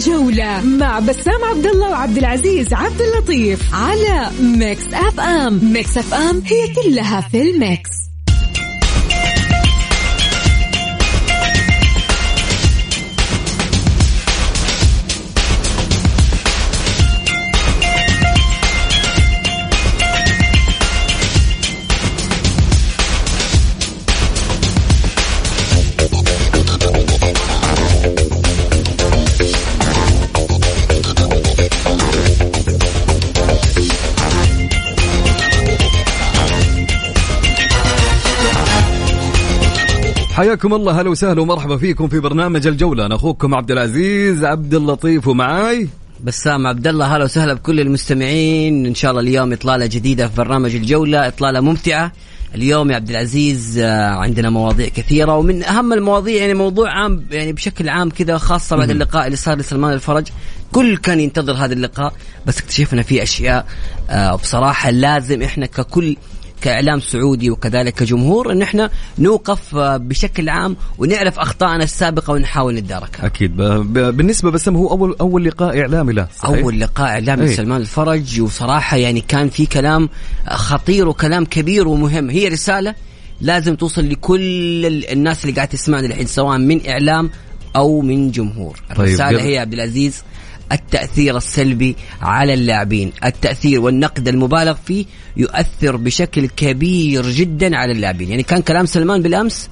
الجولة مع بسام عبد الله وعبد العزيز عبد اللطيف على ميكس اف ام. ميكس اف ام هي كلها في الميكس. حياكم الله، هلا وسهلا ومرحبا فيكم في برنامج الجولة. أنا أخوكم عبد العزيز عبد اللطيف ومعاي بسام عبد الله. هلا وسهلا بكل المستمعين. إن شاء الله اليوم إطلالة جديدة في برنامج الجولة، إطلالة ممتعة. اليوم يا عبد العزيز عندنا مواضيع كثيرة، ومن أهم المواضيع يعني موضوع عام يعني بشكل عام كذا، خاصة بعد اللقاء اللي صار لسلمان الفرج. كل كان ينتظر هذا اللقاء، بس اكتشفنا فيه أشياء بصراحة لازم إحنا كإعلام سعودي وكذلك كجمهور إن إحنا نوقف بشكل عام ونعرف أخطائنا السابقة ونحاول نتداركها. أكيد. بالنسبة بسم هو أول لقاء إعلامي له، صحيح؟ أول لقاء إعلامي لسلمان الفرج، وصراحة يعني كان في كلام خطير وكلام كبير ومهم. هي رسالة لازم توصل لكل الناس اللي قاعد تسمعنا الحين، سواء من إعلام أو من جمهور. الرسالة هي عبد العزيز التأثير السلبي على اللاعبين، التأثير والنقد المبالغ فيه يؤثر بشكل كبير جدا على اللاعبين. يعني كان كلام سلمان بالأمس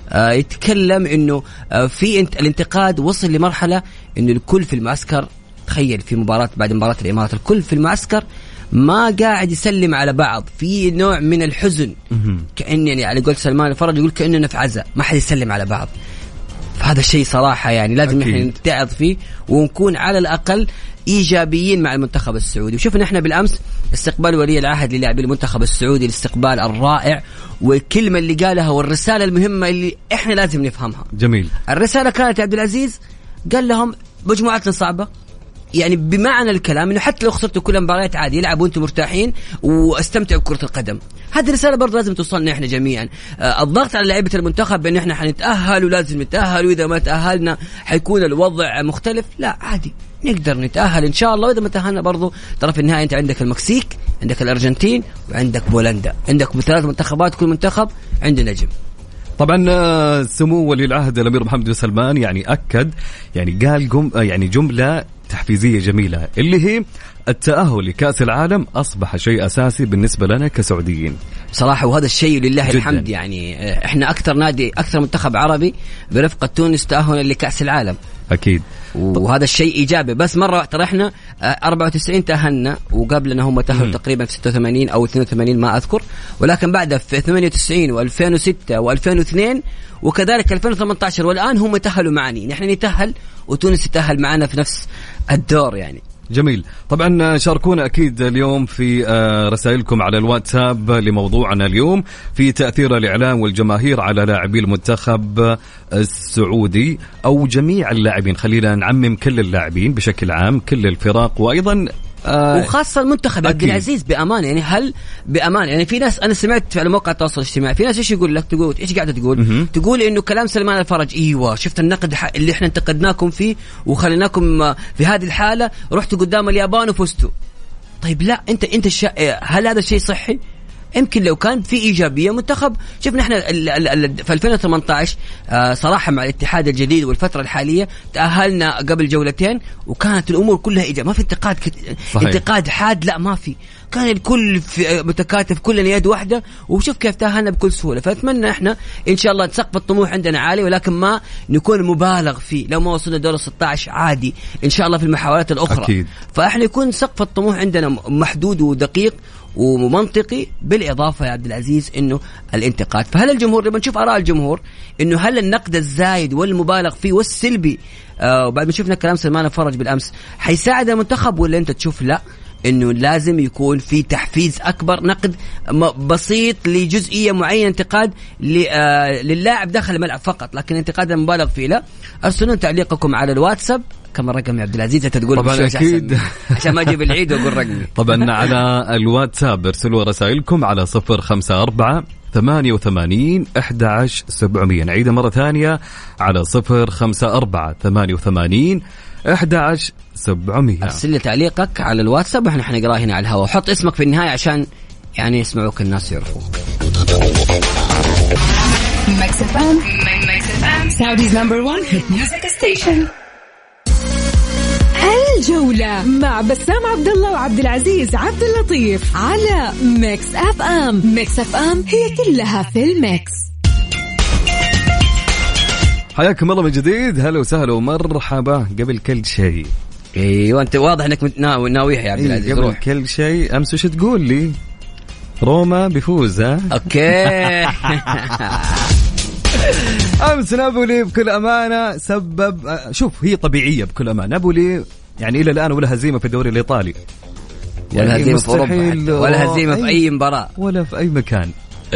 يتكلم إنه في الانتقاد وصل لمرحلة إنه الكل في المعسكر، تخيل في مباراة بعد مباراة الإمارات الكل في المعسكر ما قاعد يسلم على بعض، في نوع من الحزن، كأن يعني على قول سلمان الفرج يقول كأننا في عزاء، ما حد يسلم على بعض. فهذا الشيء صراحة يعني لازم نحن نتعظ فيه ونكون على الأقل إيجابيين مع المنتخب السعودي. وشوفنا إحنا بالأمس استقبال ولي العهد للاعبي المنتخب السعودي، الاستقبال الرائع والكلمة اللي قالها والرسالة المهمة اللي إحنا لازم نفهمها. جميل. الرسالة كانت يا عبد العزيز قال لهم مجموعتنا صعبة، يعني بمعنى الكلام إنه حتى لو خسرتوا كل مباريات عادي، يلعبوا وأنتم مرتاحين واستمتعوا بكرة القدم. هذه الرسالة برضو لازم توصلنا إحنا جميعا. الضغط على لعيبة المنتخب بأن إحنا حنتأهل ولازم نتأهل، وإذا ما تأهلنا حيكون الوضع مختلف. لا، عادي نقدر نتأهل إن شاء الله، وإذا ما تأهلنا برضو ترى في النهاية أنت عندك المكسيك، عندك الأرجنتين، وعندك بولندا، عندك ثلاث منتخبات، كل منتخب عنده نجم. طبعا سمو ولي العهد الأمير محمد بن سلمان يعني أكد، يعني قال يعني جملة تحفيزية جميلة اللي هي التأهل لكأس العالم أصبح شيء أساسي بالنسبة لنا كسعوديين صراحة، وهذا الشيء لله الحمد. يعني إحنا أكثر نادي، أكثر منتخب عربي برفقة تونس تأهلا لكأس العالم. أكيد. وهذا الشيء إيجابي. بس مرة ترى إحنا 94 تأهلنا، وقبلنا هم تأهلوا تقريبا في 86 أو 82 ما أذكر، ولكن بعد في 98 و2006 و2002 وكذلك 2018 والآن هم تأهلوا معنا. نحن نتأهل وتونس تأهل معنا في نفس الدور يعني. جميل. طبعا شاركونا أكيد اليوم في رسائلكم على الواتساب لموضوعنا اليوم في تأثير الإعلام والجماهير على لاعبي المنتخب السعودي أو جميع اللاعبين. خلينا نعمم كل اللاعبين بشكل عام، كل الفرق، وأيضا وخاصة المنتخب عبد العزيز. بأمانة يعني هل بأمانة يعني في ناس أنا سمعت على مواقع التواصل الاجتماعي، في ناس إيش يقول لك، تقول إيش قاعدة تقول إنه كلام سلمان الفرج أيوة شفت النقد اللي إحنا انتقدناكم فيه وخليناكم في هذه الحالة، رحتوا قدام اليابان وفزتوا. طيب لا، أنت هل هذا الشيء صحي؟ يمكن لو كان في إيجابية منتخب. شفنا إحنا في 2018 صراحة مع الاتحاد الجديد والفترة الحالية تأهلنا قبل جولتين وكانت الأمور كلها إيجابية، ما في انتقاد حاد، لا ما في، كان الكل متكاتف، كلنا يد واحدة، وشوف كيف تأهلنا بكل سهولة. فأتمنى إحنا إن شاء الله سقف الطموح عندنا عالي، ولكن ما نكون مبالغ فيه. لو ما وصلنا دور 16 عادي إن شاء الله في المحاولات الأخرى أكيد. فإحنا يكون سقف الطموح عندنا محدود ودقيق ومنطقي، بالإضافة يا عبد العزيز إنه الانتقاد. فهل الجمهور لما نشوف آراء الجمهور إنه هل النقد الزايد والمبالغ فيه والسلبي وبعد ما شفنا كلام سلمان الفرج بالأمس حيساعد المنتخب، ولا أنت تشوف لا إنه لازم يكون في تحفيز أكبر، نقد بسيط لجزئية معينة، انتقاد للاعب داخل الملعب فقط، لكن انتقاد مبالغ فيه لا؟ أرسلوا تعليقكم على الواتساب. كم رقم يا عبد العزيز انت تقول؟ طبعا اكيد عشان ما اجيب العيد واقول رقمي. طبعا على الواتساب ارسلوا رسائلكم على 054 88 11 700. نعيدها مرة ثانية على 054 88 11700. ارسل لي تعليقك على الواتساب واحنا حنقراه هنا على الهواء، وحط اسمك في النهاية عشان يعني يسمعوك الناس يعرفوا. Mix FM, Saudi's number one hit music station. الجولة مع بسام عبد الله وعبد العزيز عبد اللطيف على ميكس اف ام. ميكس اف ام هي كلها في الميكس. حياكم الله من جديد، هلا وسهلا ومرحبا. قبل كل شيء ايوه انت واضح انك ناويها يا عبد العزيز. قبل كل شيء امس وش تقول لي؟ روما بيفوز ها؟ اوكي. امس نابولي بكل امانه سبب، شوف هي طبيعيه بكل امانه، نابولي يعني الى الان ولا هزيمه في الدوري الايطالي، ولا هزيمه في اوروبا، ولا هزيمه في اي مباراه ولا في اي مكان.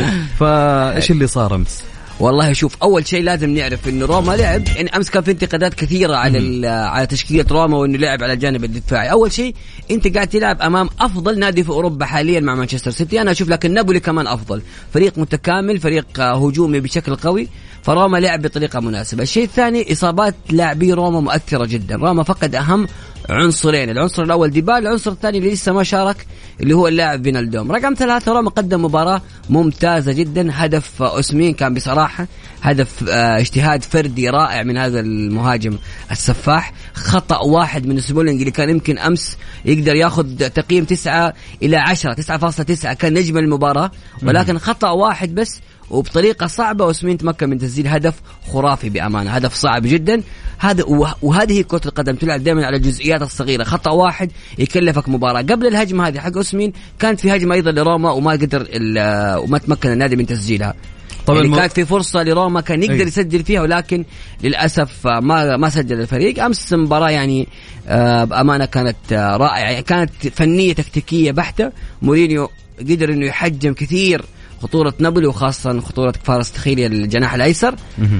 فايش اللي صار امس؟ والله شوف، اول شيء لازم نعرف انه روما لعب، ان امس كان في انتقادات كثيره على تشكيله روما وانه لعب على الجانب الدفاعي. اول شيء انت قاعد تلعب امام افضل نادي في اوروبا حاليا مع مانشستر سيتي، انا اشوف، لكن نابولي كمان افضل، فريق متكامل، فريق هجومي بشكل قوي، فروما لعب بطريقه مناسبه. الشيء الثاني، اصابات لاعبي روما مؤثره جدا، روما فقد اهم عنصرين، العنصر الاول ديبال، العنصر الثاني اللي لسه ما شارك اللي هو اللاعب فينالدوم. رقم 3، روما قدم مباراة ممتازة جدا، هدف أوسمين كان بصراحة هدف اجتهاد فردي رائع من هذا المهاجم السفاح. خطأ واحد من سمولينج اللي كان يمكن أمس يقدر ياخذ تقييم 9 إلى 10، 9.9 كان نجم المباراة، ولكن خطأ واحد بس وبطريقة صعبة وسمين تمكن من تسجيل هدف خرافي بأمانة، هدف صعب جدا هذا. وهذه هي كرة القدم، تلعب دائما على الجزئيات الصغيرة، خطأ واحد يكلفك مباراة. قبل الهجمة هذه حق أوسمين كانت في هجمة أيضا لروما وما قدر وما تمكن النادي من تسجيلها. طبعا يعني كانت في فرصة لروما كان يقدر يسجل فيها، ولكن للأسف ما سجل الفريق. أمس مباراة يعني بأمانة كانت رائعة، كانت فنية تكتيكية بحتة. مورينيو قدر إنه يحجم كثير خطورة نابولي، وخاصة خطورة كفارس تخيلي الجناح الأيسر،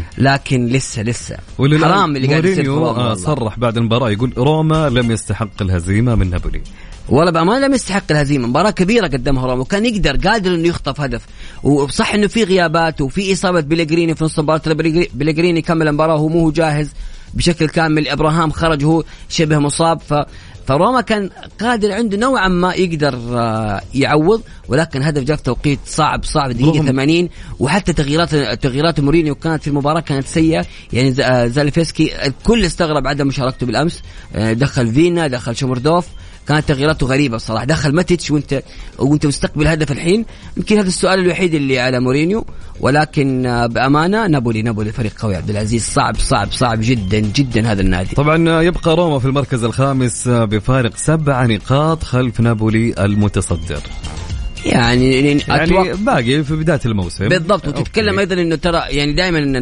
لكن لسه حرام اللي قاعد يصير. مورينيو صرح بعد المباراة يقول روما لم يستحق الهزيمة من نابولي. والله بأمانة لم يستحق الهزيمة، مباراة كبيرة قدمها روما وكان قادر إنه يخطف هدف، وصح إنه في غيابات وفي إصابة بيلغريني في نص المباراة. بيلغريني كمل المباراة وهو مو جاهز بشكل كامل، إبراهام خرج هو شبه مصاب، فروما كان قادر عنده نوعا ما يقدر يعوض، ولكن هدف جاء في توقيت صعب دقيقة 80. وحتى تغييرات مورينيو كانت في المباراة كانت سيئة، يعني زالفيسكي الكل استغرب عدم مشاركته بالأمس، دخل فينا، دخل شومردوف، كانت تغييراته غريبة صراحة، دخل ماتيتش وانت مستقبل هدف الحين. يمكن هذا السؤال الوحيد اللي على مورينيو، ولكن بأمانة نابولي فريق قوي عبد العزيز، صعب جدا هذا النادي. طبعا يبقى روما في المركز الخامس بفارق 7 نقاط خلف نابولي المتصدر، يعني باقي في بداية الموسم بالضبط. وتتكلم أيضا إنه ترى يعني دائما إن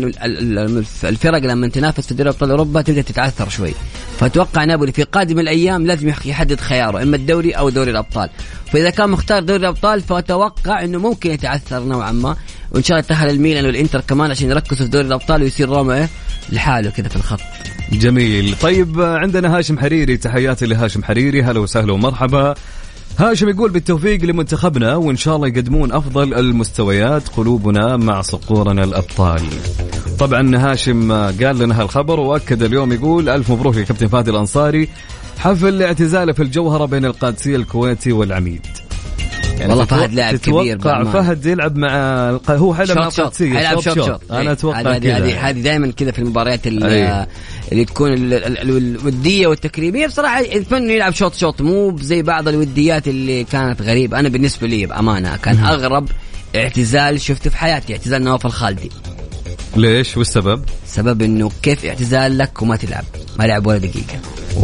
الفرق لما تنافس في دوري أبطال أوروبا تبدأ تتعثر شوي، فأتوقع نابولي في قادم الأيام لازم يحدد خياره، إما الدوري أو دوري الأبطال. فإذا كان مختار دوري الأبطال فأتوقع إنه ممكن يتعثر نوعا ما، وإن شاء الله يتأهل الميلان والإنتر كمان عشان يركزوا في دوري الأبطال ويصير روما لحاله كده في الخط. جميل. طيب عندنا هاشم حريري، تحياتي لهاشم حريري، هلا وسهلا ومرحبا. هاشم يقول بالتوفيق لمنتخبنا وإن شاء الله يقدمون أفضل المستويات، قلوبنا مع صقورنا الأبطال. طبعا هاشم قال لنا هالخبر وأكد اليوم، يقول ألف مبروك يا كابتن فهد الأنصاري، حفل اعتزاله في الجوهرة بين القادسية الكويتي والعميد. يعني والله فهد لاعب كبير، تتوقع فهد يلعب مع هو حيلعب مع القادسية، حيلعب شوط. أنا أتوقع هذه دائما كذا في المباريات اللي تكون الودية والتكريمية. بصراحة يتمنى يلعب شوط مو زي بعض الوديات اللي كانت غريبة. أنا بالنسبة لي بأمانة كان أغرب اعتزال شفته في حياتي اعتزال نواف الخالدي. ليش والسبب؟ سبب إنه كيف اعتزال لك وما تلعب، ما لعب ولا دقيقة.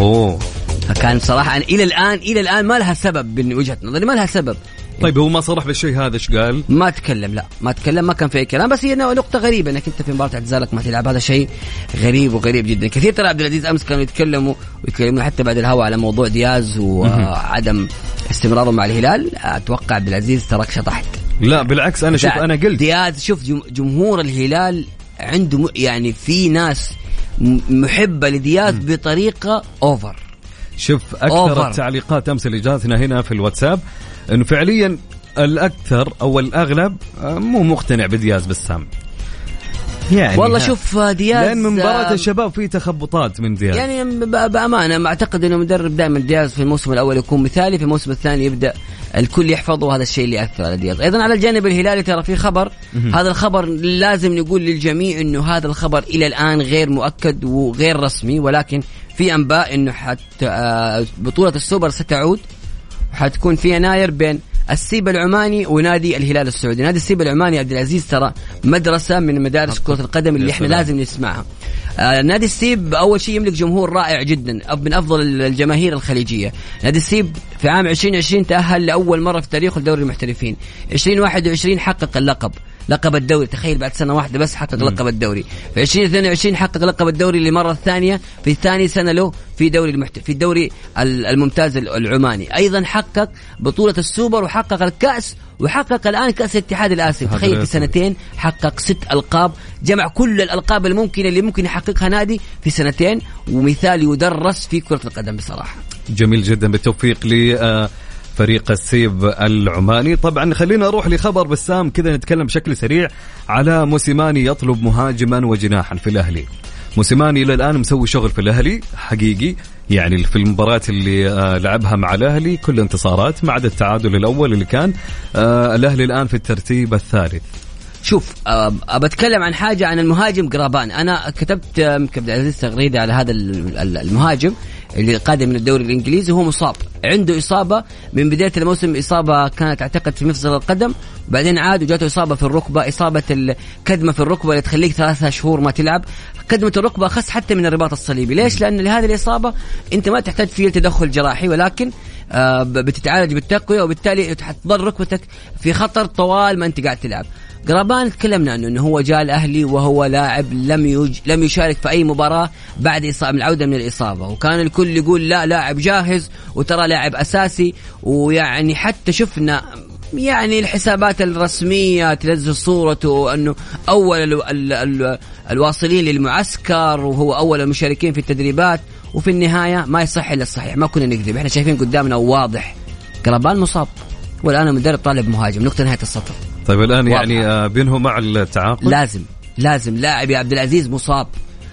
فكان صراحة أنا إلى الآن ما لها سبب، من وجهة نظري ما لها سبب. طيب هو ما صرح بالشيء هذا، ايش قال؟ ما تكلم، ما كان في أي كلام، بس هي نقطة غريبة انك انت في مباراة اعتزالك ما تلعب، هذا شيء غريب جدا. كثير ترى عبد العزيز امس كانوا يتكلموا حتى بعد الهوا على موضوع دياز وعدم استمراره مع الهلال. اتوقع عبد العزيز ترك شطحت. لا بالعكس، انا قلت دياز، شوف جمهور الهلال عنده يعني في ناس محبة لدياز بطريقة اوفر. شوف أكثر التعليقات أمس اللي جاتنا هنا في الواتساب إنه فعليا الأكثر أو الأغلب مو مقتنع بدياز بسام. يعني والله شوف دياز لأن من مباراة الشباب في تخبطات من دياز يعني بأمانة ما أعتقد أنه مدرب دائما دياز في الموسم الأول يكون مثالي، في الموسم الثاني يبدأ الكل يحفظه، وهذا الشيء اللي أثر على دياز. أيضا على الجانب الهلالي ترى في خبر، هذا الخبر لازم نقول للجميع أنه هذا الخبر إلى الآن غير مؤكد وغير رسمي، ولكن في أنباء أنه حتى بطولة السوبر ستعود، حتكون في يناير بين السيب العماني ونادي الهلال السعودي. نادي السيب العماني عبد العزيز ترى مدرسة من مدارس كرة القدم اللي احنا لازم نسمعها. نادي السيب أول شيء يملك جمهور رائع جدا من أفضل الجماهير الخليجية. نادي السيب في عام 2020 تأهل لأول مرة في تاريخه لدوري المحترفين. 2021 حقق لقب الدوري، تخيل بعد سنة واحدة بس حقق لقب الدوري. في 2022 حقق لقب الدوري للمرة الثانية في ثاني سنة له في الدوري الممتاز العماني. أيضا حقق بطولة السوبر وحقق الكأس وحقق الآن كأس الاتحاد الآسيوي. تخيل في سنتين حقق 6 ألقاب، جمع كل الألقاب الممكنة اللي ممكن يحققها نادي في سنتين، ومثال يدرس في كرة القدم بصراحة. جميل جدا، بالتوفيق فريق السيب العماني. طبعا خلينا نروح لخبر بسام كذا، نتكلم بشكل سريع على موسيماني يطلب مهاجما وجناحا في الأهلي. موسيماني إلى الآن مسوي شغل في الأهلي حقيقي، يعني في المباريات اللي لعبها مع الأهلي كل انتصارات ما عدا التعادل الأول اللي كان. الأهلي الآن في الترتيب الثالث. شوف بتكلم عن حاجة عن المهاجم قرابان. أنا كتبت عبد العزيز تغريدة على هذا المهاجم اللي قادم من الدوري الإنجليزي، هو مصاب، عنده إصابة من بداية الموسم، إصابة كانت أعتقد في مفصل القدم، بعدين عاد وجاته إصابة في الركبة، إصابة الكدمة في الركبة اللي تخليك 3 شهور ما تلعب. كدمة الركبة أخس حتى من الرباط الصليبي. ليش؟ لأن لهذه الإصابة أنت ما تحتاج فيه تدخل جراحي، ولكن بتتعالج بالتقوية، وبالتالي تظل ركبتك في خطر طوال ما أنت قاعد تلعب. قرابان تكلمنا عنه انه هو جاء الاهلي وهو لاعب لم يشارك في اي مباراه بعد اصابه، العوده من الاصابه، وكان الكل يقول لا لاعب جاهز وترى لاعب اساسي. ويعني حتى شفنا يعني الحسابات الرسميه تنزل صورته انه اول الواصلين للمعسكر وهو اول المشاركين في التدريبات، وفي النهايه ما يصح الا الصحيح، ما كنا نكذب، احنا شايفين قدامنا واضح قرابان مصاب، والان المدرب طالب مهاجم، نقطه نهايه السطر. طيب الآن يعني بينهم مع التعاقد لازم لاعب يا عبد العزيز مصاب.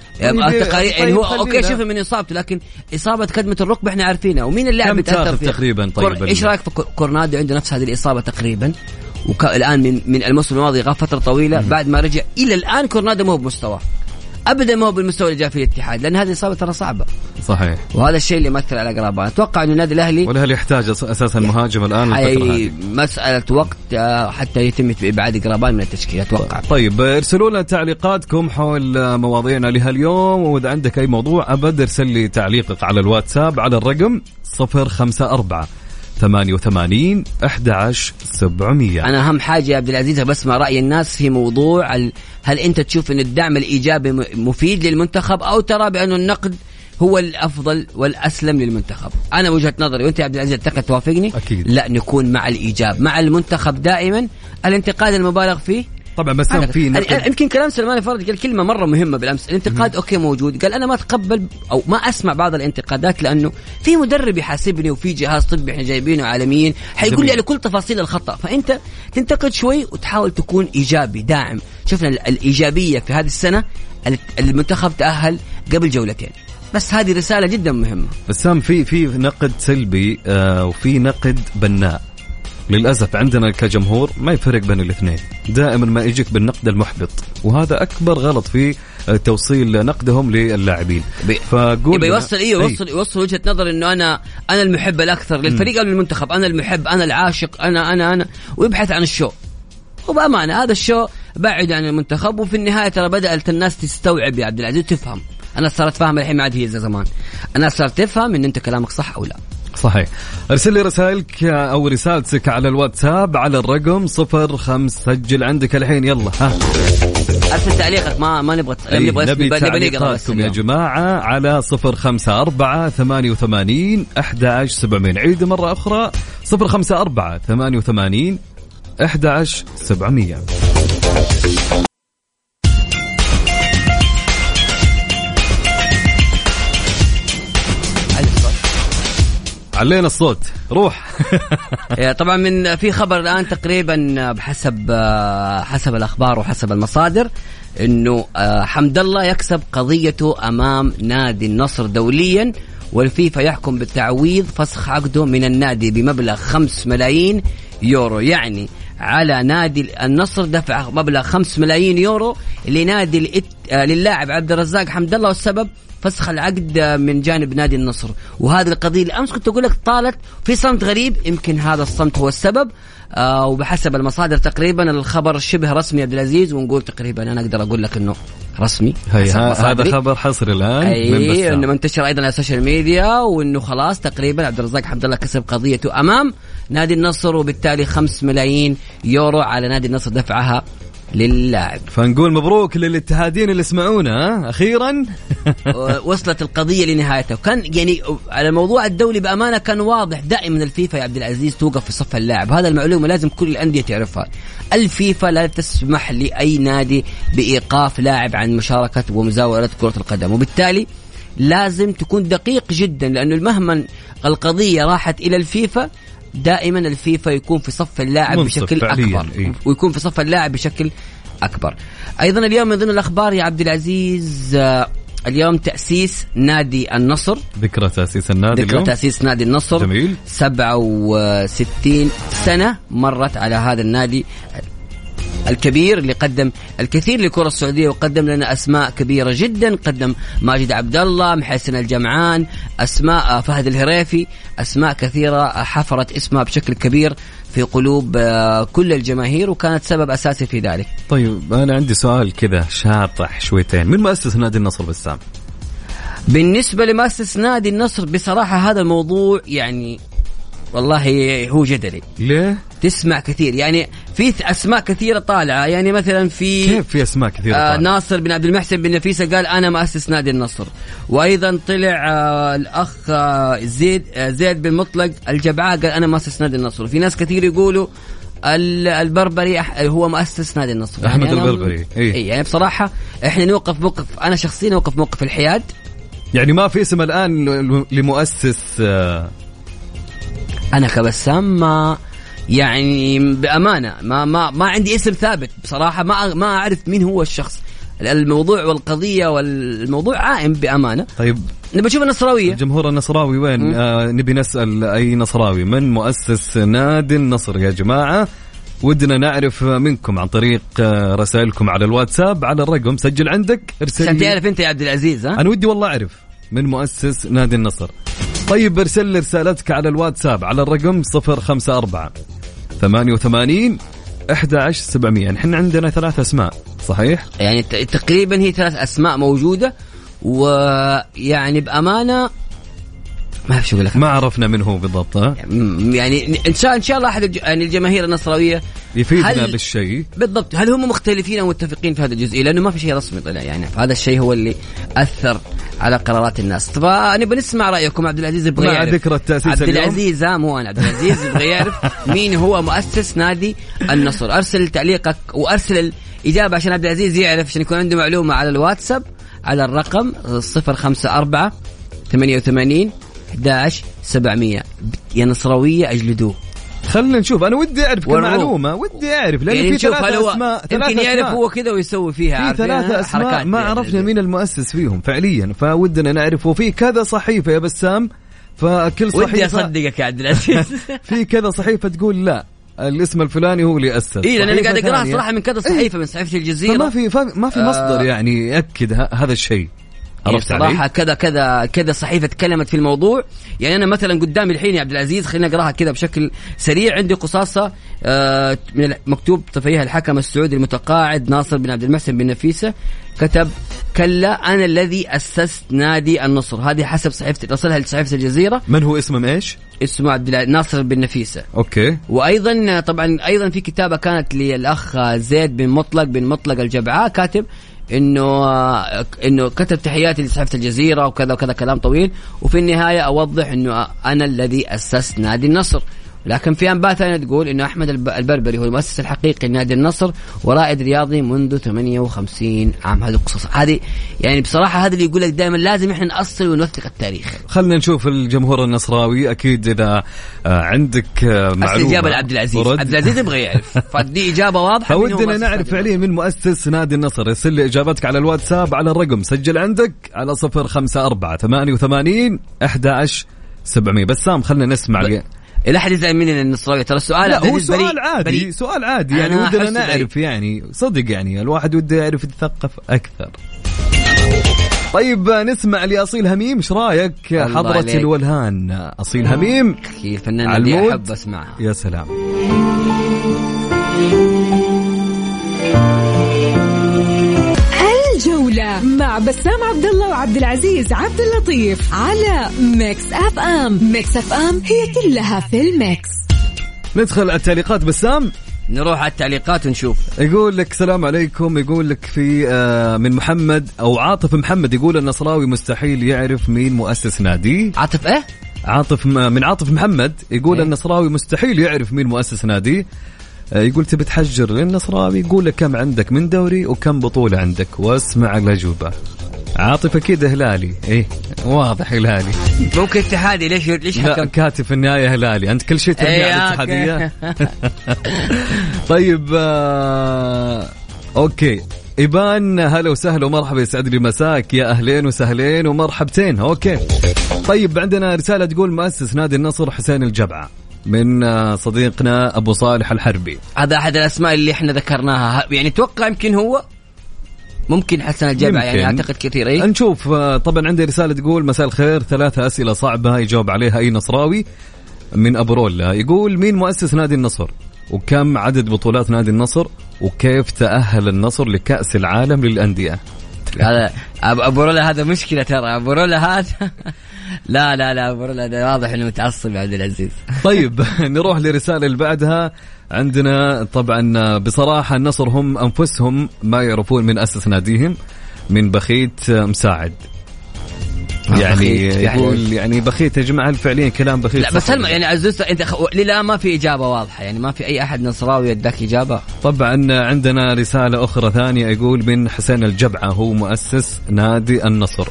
يعني هو اوكي شوف من اصابته، لكن اصابه كدمه الركبه احنا عارفينها، ومين اللاعب بيتاثر فيها تقريبا. طيب ايش رايك في كورنادو؟ عنده نفس هذه الاصابه تقريبا، والان من الموسم الماضي غاب فتره طويله، بعد ما رجع الى الان كورنادو ما هو بمستواه ابدا، ما هو بالمستوى اللي جاء في الاتحاد، لان هذه الاصابه ترى صعبه. صحيح، وهذا الشيء اللي يمثل على قرابان. اتوقع انه النادي الاهلي والاهلي يحتاج اساسا مهاجم الان الفتره هذه، مساله وقت حتى يتم ابعاد قرابان من التشكيله اتوقع. طيب ارسلوا لنا تعليقاتكم حول مواضيعنا لهاليوم، واذا عندك اي موضوع ابد ارسل لي تعليقك على الواتساب على الرقم 054 88 11700. أنا أهم حاجة يا عبد العزيز بسمع رأي الناس في موضوع هل أنت تشوف أن الدعم الإيجابي مفيد للمنتخب، أو ترى بأنه النقد هو الأفضل والأسلم للمنتخب؟ أنا وجهة نظري، وأنت يا عبد العزيز أعتقد توافقني، أكيد. لا، نكون مع الإيجاب مع المنتخب دائما. الانتقاد المبالغ فيه طبعا، بس في يمكن كلام سلمان الفرج قال كلمة مرة مهمة بالأمس، الانتقاد أوكي موجود، قال أنا ما أتقبل أو ما أسمع بعض الانتقادات لأنه في مدرب يحاسبني وفي جهاز طبي إحنا جايبينه عالميا حيقول لي على كل تفاصيل الخطأ، فأنت تنتقد شوي وتحاول تكون إيجابي داعم. شفنا الإيجابية في هذه السنة، المنتخب تأهل قبل جولتين، بس هذه رسالة جدا مهمة. بس في نقد سلبي وفي نقد بناء. للأسف عندنا كجمهور ما يفرق بين الاثنين، دائما ما يجيك بالنقد المحبط، وهذا أكبر غلط في توصيل نقدهم للاعبين. فقول يوصل وجهة نظر إنه أنا المحب الأكثر للفريق أو للمنتخب، أنا المحب، أنا العاشق، أنا ويبحث عن الشو. وبأمانة هذا الشو بعد عن المنتخب، وفي النهاية ترى بدأت الناس تستوعب يا عبد العزيز، تفهم. أنا صارت فاهم الحين، ما عاد هي زي زمان، أنا صارت تفهم إن أنت كلامك صح أو لا. صحيح. ارسل لي رسائلك أو رسالتك على الواتساب على الرقم 05. سجل عندك الحين، يلا ها ارسل تعليقك، ما نبغى تعليقاتكم يا جماعة على 054 88 11700. عيد مرة أخرى 054 88 11700. علينا الصوت روح. طبعا من في خبر الآن تقريبا حسب الأخبار وحسب المصادر إنه حمد الله يكسب قضيته أمام نادي النصر دوليا، والفيفا يحكم بالتعويض فسخ عقده من النادي بمبلغ 5 ملايين يورو. يعني على نادي النصر دفع مبلغ 5 ملايين يورو لنادي للاعب عبد الرزاق حمد الله، والسبب فسخ العقد من جانب نادي النصر. وهذه القضية الأمس كنت أقول لك طالت في صمت غريب، يمكن هذا الصمت هو السبب. وبحسب المصادر تقريبا الخبر شبه رسمي عبد العزيز، ونقول تقريبا أنا أقدر أقول لك إنه رسمي. هذا خبر حصري الآن إنه منتشر أيضا على السوشيال ميديا، وإنه خلاص تقريبا عبد الرزاق حمد الله كسب قضيته أمام نادي النصر، وبالتالي 5 ملايين يورو على نادي النصر دفعها للاعب. فنقول مبروك للاتحادين اللي سمعونا أخيرا. وصلت القضية لنهايتها. وكان يعني على الموضوع الدولي بأمانة كان واضح دائما الفيفا يا عبد العزيز توقف في صف اللاعب. هذا المعلومة لازم كل الأندية تعرفها. الفيفا لا تسمح لأي نادي بإيقاف لاعب عن مشاركة ومزاولة كرة القدم، وبالتالي لازم تكون دقيق جدا، لأنه مهما القضية راحت إلى الفيفا دائما الفيفا يكون في صف اللاعب بشكل أكبر. ويكون في صف اللاعب بشكل أكبر. أيضا اليوم من ضمن الأخبار يا عبد العزيز اليوم تأسيس نادي النصر، ذكرى تأسيس النادي، ذكرى تأسيس نادي النصر. جميل. 67 سنة مرت على هذا النادي الكبير اللي قدم الكثير للكرة السعودية، وقدم لنا أسماء كبيرة جدا. قدم ماجد عبد الله، محسن الجمعان، أسماء فهد الهريفي، أسماء كثيرة حفرت اسمها بشكل كبير في قلوب كل الجماهير، وكانت سبب أساسي في ذلك. طيب أنا عندي سؤال كذا شاطح شويتين، من مؤسس نادي النصر بسام؟ بالنسبة لمؤسس نادي النصر بصراحة هذا الموضوع يعني والله هو جدلي. ليه؟ تسمع كثير يعني في أسماء كثيرة طالعة، يعني مثلا كيف في أسماء كثيرة طالعة؟ ناصر بن عبد المحسن بن نفيسة قال أنا مؤسس نادي النصر، وأيضا طلع الأخ زيد بن مطلق الجبعاء قال أنا مؤسس نادي النصر. وفي ناس كثير يقولوا البربري هو مؤسس نادي النصر، أحمد يعني البربري. يعني بصراحة إحنا نوقف موقف، أنا شخصيا نوقف موقف الحياد. يعني ما في اسم الآن لمؤسس. أنا كبسام ما يعني بأمانة ما عندي اسم ثابت بصراحة، ما أعرف مين هو الشخص. الموضوع والقضية والموضوع عائم بأمانة. طيب نبي نشوف النصراوية، الجمهور النصراوي وين؟ نبي نسأل أي نصراوي من مؤسس نادي النصر يا جماعة. ودنا نعرف منكم عن طريق رسائلكم على الواتساب على الرقم، سجل عندك ارسل عشان تعرف انت يا عبد العزيز. أنا ودي والله أعرف من مؤسس نادي النصر. طيب ارسل رسالتك على الواتساب على الرقم 054 88 11700. نحن عندنا 3 أسماء صحيح؟ يعني تقريبا هي 3 أسماء موجودة، ويعني بأمانة ما أعرف شو أقول لك، ما عرفنا من هو بالضبط. يعني إن شاء الله أحد يعني الجماهير النصراوية يفيدنا بالشيء بالضبط. هل هم مختلفين أو متفقين في هذا الجزء؟ لأنه ما في شيء رسمي طلع، يعني هذا الشيء هو اللي أثر على قرارات الناس. فنبغى نسمع رأيكم. عبد العزيز يبغى يعرف ذكرى التأسيس عبد العزيز مو أنا، عبد العزيز يبغى يعرف مين هو مؤسس نادي النصر. أرسل تعليقك وأرسل الإجابة عشان عبد العزيز يعرف، عشان يكون عنده معلومة على الواتساب على الرقم 054 88 11700. يا نصراوية أجلدوه. خلنا نشوف. أنا ودي أعرف كمعلومة، ودي أعرف لأنه يعني في 3 أسماء يمكن يعرف هو كذا ويسوي فيها. في 3 أسماء ما عرفنا مين المؤسس فيهم فعليا، فودنا نعرف. وفي كذا صحيفة يا بسام، فكل صحيفة ودي أصدقك يا عبد العزيز. في كذا صحيفة تقول لا الاسم الفلاني هو اللي أسس. إيه لأن أنا قاعد أقرأها صراحة من كذا صحيفة من صحيفة الجزيرة، ما في مصدر يعني يأكد هذا الشيء. صراحة كذا صحيفة تكلمت في الموضوع. يعني أنا مثلا قدامي الحين يا عبد العزيز، خلينا أقراها كذا بشكل سريع. عندي قصاصة من مكتوب فيها الحكم السعودي المتقاعد ناصر بن عبد المحسن بن نفيسة كتب كلا أنا الذي أسست نادي النصر. هذه حسب صحيفة رسلها لصحيفة الجزيرة. من هو اسمه إيش؟ اسمه ناصر بن نفيسة. أوكي. وأيضا طبعا أيضا في كتابة كانت للأخ زيد بن مطلق الجبعاء، كاتب إنه كتب تحياتي لصحيفة الجزيرة وكذا وكذا كلام طويل. وفي النهاية أوضح إنه أنا الذي أسست نادي النصر. لكن في أنباء ثانية تقول إنه أحمد البربري هو المؤسس الحقيقي لنادي النصر ورائد رياضي منذ 58 عام. هذه قصص، هذه يعني بصراحة هذا اللي يقول لك دائما لازم إحنا نأصل ونوثق التاريخ. خلنا نشوف الجمهور النصراوي. أكيد إذا عندك معلومة إجابة لعبد العزيز، عبد العزيز يبغى يعرف، فدي إجابة واضحة. ودنا نعرف فعليا من مؤسس نادي النصر. ارسل لي إجابتك على الواتساب على الرقم، سجل عندك على 0548811700. بسام خلنا نسمع إلى حد يزعل مني النصراوي، ترى السؤال لا هو سؤال عادي، سؤال عادي يعني ودنا نعرف يعني صدق يعني الواحد وده يعرف يتثقف أكثر. طيب نسمع لأصيل هميم، ايش رايك حضرة الولهان؟ أصيل هميم الفنانة اللي أحب أسمعها. يا سلام. الجولة مع بسام عبد الله وعبد العزيز عبد اللطيف على ميكس اف ام. ميكس اف ام هي كلها في الميكس. ندخل على التعليقات بسام، نروح على التعليقات ونشوف. يقول لك السلام عليكم، يقول لك في من محمد أو عاطف محمد، يقول النصراوي مستحيل يعرف مين مؤسس نادي. عاطف إيه؟ عاطف من عاطف محمد يقول النصراوي مستحيل يعرف مين مؤسس نادي. يقول تبي تحجر للنصراوي، يقول لك كم عندك من دوري وكم بطولة عندك واسمع الأجوبة. عاطف أكيد هلالي، إيه واضح هلالي. ممكن اتحادي، ليش حكم كاتب في النهاية هلالي؟ أنت كل شيء ترمي على الاتحادية. طيب أوكي إبان، هلا وسهلا ومرحبا، يسعد لي مساك، يا أهلين وسهلين ومرحبتين. أوكي طيب عندنا رسالة تقول مؤسس نادي النصر حسين الجبعة من صديقنا أبو صالح الحربي. هذا أحد الأسماء اللي إحنا ذكرناها، يعني توقع يمكن هو ممكن حسن الجبعة، يعني أعتقد كثير. إيه نشوف. طبعا عندي رسالة تقول مساء الخير، 3 أسئلة صعبة يجاوب عليها أي نصراوي من أبو رولا. يقول مين مؤسس نادي النصر، وكم عدد بطولات نادي النصر، وكيف تأهل النصر لكأس العالم للأندية. هذا أبو رولا هذا مشكلة ترى. أبو رولا هذا لا أبو رولا هذا واضح إنه متعصب عبد العزيز. طيب نروح لرسالة اللي بعدها. عندنا طبعا بصراحة النصر هم أنفسهم ما يعرفون من أسس ناديهم، من بخيت مساعد. يعني يقول يعني بخيت يا جماعة فعليا كلام بخيت. لا بس يعني عزوز انت لا ما في إجابة واضحة، يعني ما في أي أحد نصراوي يدك إجابة. طبعا عندنا رسالة أخرى ثانية يقول من حسين الجبعة هو مؤسس نادي النصر.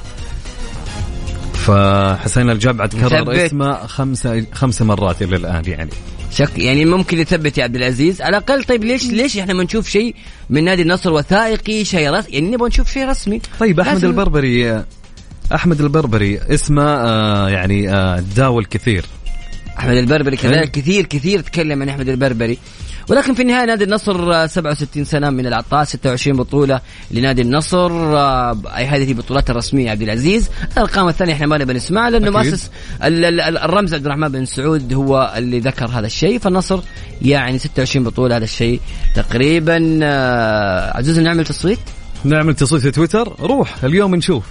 فحسين الجبعة تكرر اسمه 5 مرات إلى الآن، يعني شك يعني ممكن يثبت يا عبد العزيز على الأقل. طيب ليش احنا ما نشوف شيء من نادي النصر وثائقي، شيء رسمي، يعني نبغى نشوف شيء رسمي. طيب أحمد البربري اسمه يعني تداول كثير. أحمد البربري كذلك كثير تكلم عن أحمد البربري، ولكن في النهاية نادي النصر 67 سنة من العطاء، 26 بطولة لنادي النصر. أي هذه البطولات الرسمية عبد العزيز. الأرقام الثانية إحنا ما نبي نسمعها لأنه مؤسس الرمز عبد الرحمن بن سعود هو اللي ذكر هذا الشيء. فالنصر يعني 26 بطولة، هذا الشيء تقريبا. عزوز نعمل تصويت في تويتر، روح اليوم نشوف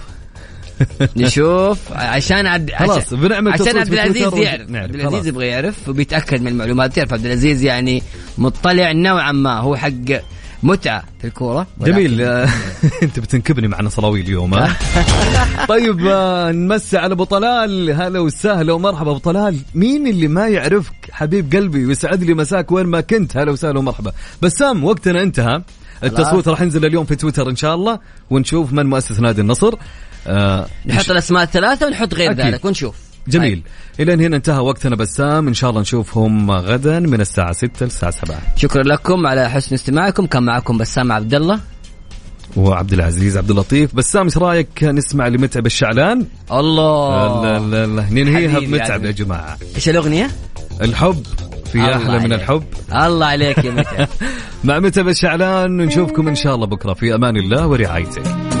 عشان خلاص بنعمل عشان عبد العزيز يعرف. عبد العزيز يبغى يعرف وبيتأكد من المعلومات. تعرف عبد العزيز يعني مطلع نوعا ما، هو حق متعة في الكورة. جميل. انت بتنكبني مع نصراوي اليوم. طيب نمسي على ابو طلال، هلا وسهلا ومرحبا ابو طلال. مين اللي ما يعرفك حبيب قلبي، ويسعد لي مساك وين ما كنت. هلا وسهلا ومرحبا. بسام وقتنا انتهى، التصويت راح ينزل اليوم في تويتر ان شاء الله، ونشوف من مؤسس نادي النصر. نحط الأسماء الثلاثة ونحط غير ذلك ونشوف. جميل. إلى هنا انتهى وقتنا بسام، إن شاء الله نشوفهم غدا من الساعة 6 للساعة 7. شكرا لكم على حسن استماعكم. كان معكم بسام عبد الله وعبد العزيز عبد اللطيف. بسام ايش رايك نسمع لمتعب الشعلان؟ الله لا ننهيها بمتعب يا جماعة. ايش الأغنية؟ الحب في أحلى من الحب. الله عليك يا متعب. مع متعب الشعلان، ونشوفكم إن شاء الله بكرة في أمان الله ورعايته.